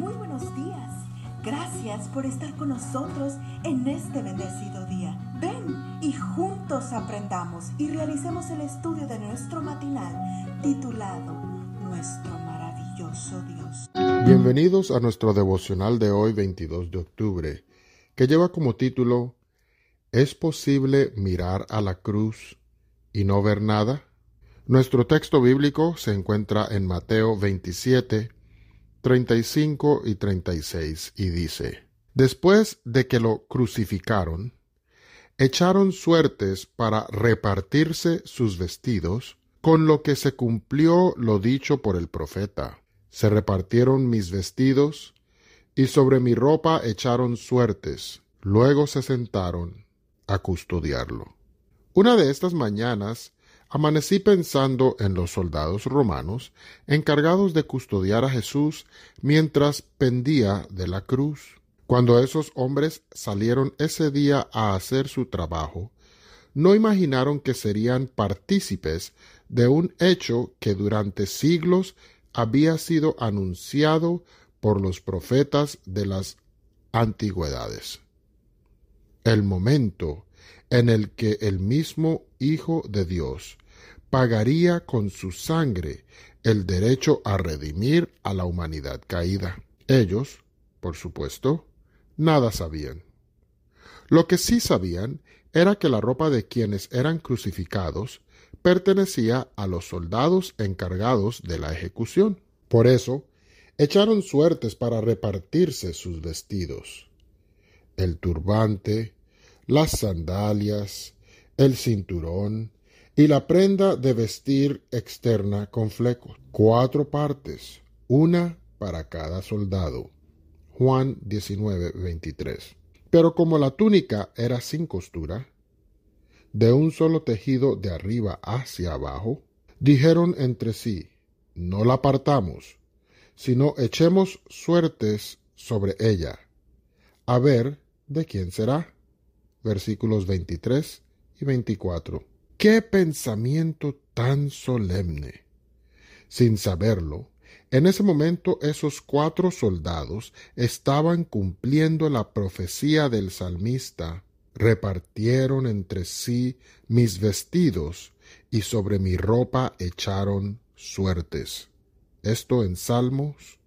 Muy buenos días. Gracias por estar con nosotros en este bendecido día. Ven y juntos aprendamos y realicemos el estudio de nuestro matinal titulado Nuestro maravilloso Dios. Bienvenidos a nuestro devocional de hoy, 22 de octubre, que lleva como título ¿Es posible mirar a la cruz y no ver nada? Nuestro texto bíblico se encuentra en Mateo 27, 35 y 36 y dice: Después de que lo crucificaron, echaron suertes para repartirse sus vestidos, con lo que se cumplió lo dicho por el profeta. Se repartieron mis vestidos, y sobre mi ropa echaron suertes. Luego se sentaron a custodiarlo. Una de estas mañanas amanecí pensando en los soldados romanos encargados de custodiar a Jesús mientras pendía de la cruz. Cuando esos hombres salieron ese día a hacer su trabajo, no imaginaron que serían partícipes de un hecho que durante siglos había sido anunciado por los profetas de las antigüedades. El momento en el que el mismo Hijo de Dios pagaría con su sangre el derecho a redimir a la humanidad caída. Ellos, por supuesto, nada sabían. Lo que sí sabían era que la ropa de quienes eran crucificados pertenecía a los soldados encargados de la ejecución. Por eso, echaron suertes para repartirse sus vestidos. El turbante, las sandalias, el cinturón y la prenda de vestir externa con flecos. 4 partes, una para cada soldado. Juan 19:23. Pero como la túnica era sin costura, de un solo tejido de arriba hacia abajo, dijeron entre sí: no la partamos, sino echemos suertes sobre ella, a ver de quién será. Versículos 23 y 24. ¡Qué pensamiento tan solemne! Sin saberlo, en ese momento esos 4 soldados estaban cumpliendo la profecía del salmista: repartieron entre sí mis vestidos y sobre mi ropa echaron suertes. Esto en Salmos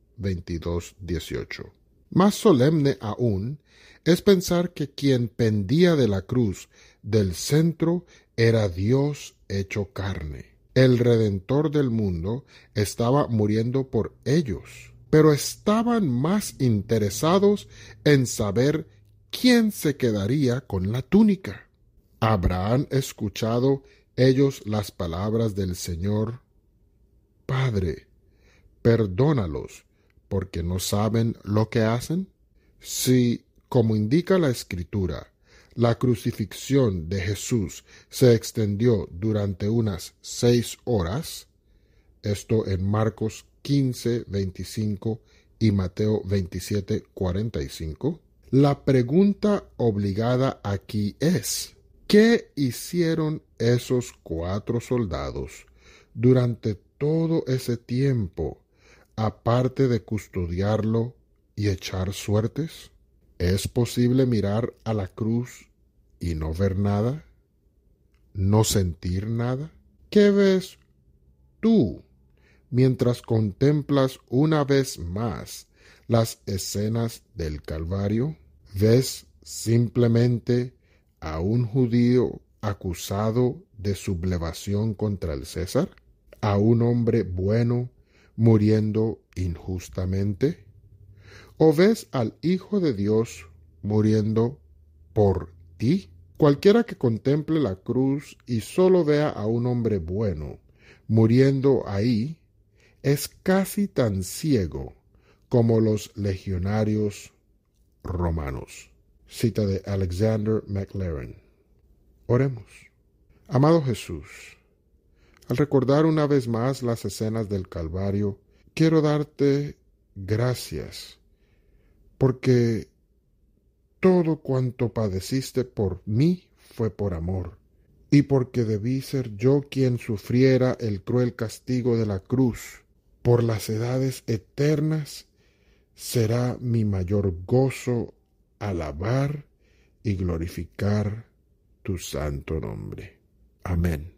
22:18. Más solemne aún es pensar que quien pendía de la cruz del centro era Dios hecho carne. El Redentor del mundo estaba muriendo por ellos, pero estaban más interesados en saber quién se quedaría con la túnica. ¿Habrán escuchado ellos las palabras del Señor? Padre, perdónalos, porque no saben lo que hacen. Si, como indica la Escritura, la crucifixión de Jesús se extendió durante unas 6 horas, esto en Marcos 15:25 y Mateo 27:45, la pregunta obligada aquí es: ¿qué hicieron esos 4 soldados durante todo ese tiempo, aparte de custodiarlo y echar suertes? ¿Es posible mirar a la cruz y no ver nada? ¿No sentir nada? ¿Qué ves tú mientras contemplas una vez más las escenas del Calvario? ¿Ves simplemente a un judío acusado de sublevación contra el César? ¿A un hombre bueno muriendo injustamente? ¿O ves al Hijo de Dios muriendo por ti? Cualquiera que contemple la cruz y solo vea a un hombre bueno muriendo ahí es casi tan ciego como los legionarios romanos. Cita de Alexander Maclaren. Oremos. Amado Jesús, al recordar una vez más las escenas del Calvario, quiero darte gracias, porque todo cuanto padeciste por mí fue por amor, y porque debí ser yo quien sufriera el cruel castigo de la cruz por las edades eternas Será mi mayor gozo alabar y glorificar tu santo nombre. Amén.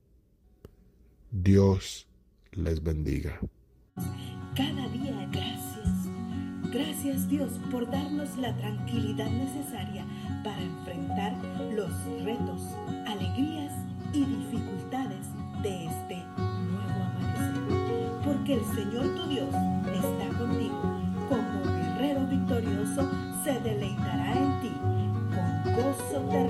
Dios les bendiga. Cada día gracias. Gracias Dios por darnos la tranquilidad necesaria para enfrentar los retos, alegrías y dificultades de este nuevo amanecer. Porque el Señor tu Dios está contigo. Como guerrero victorioso se deleitará en ti. Con gozo te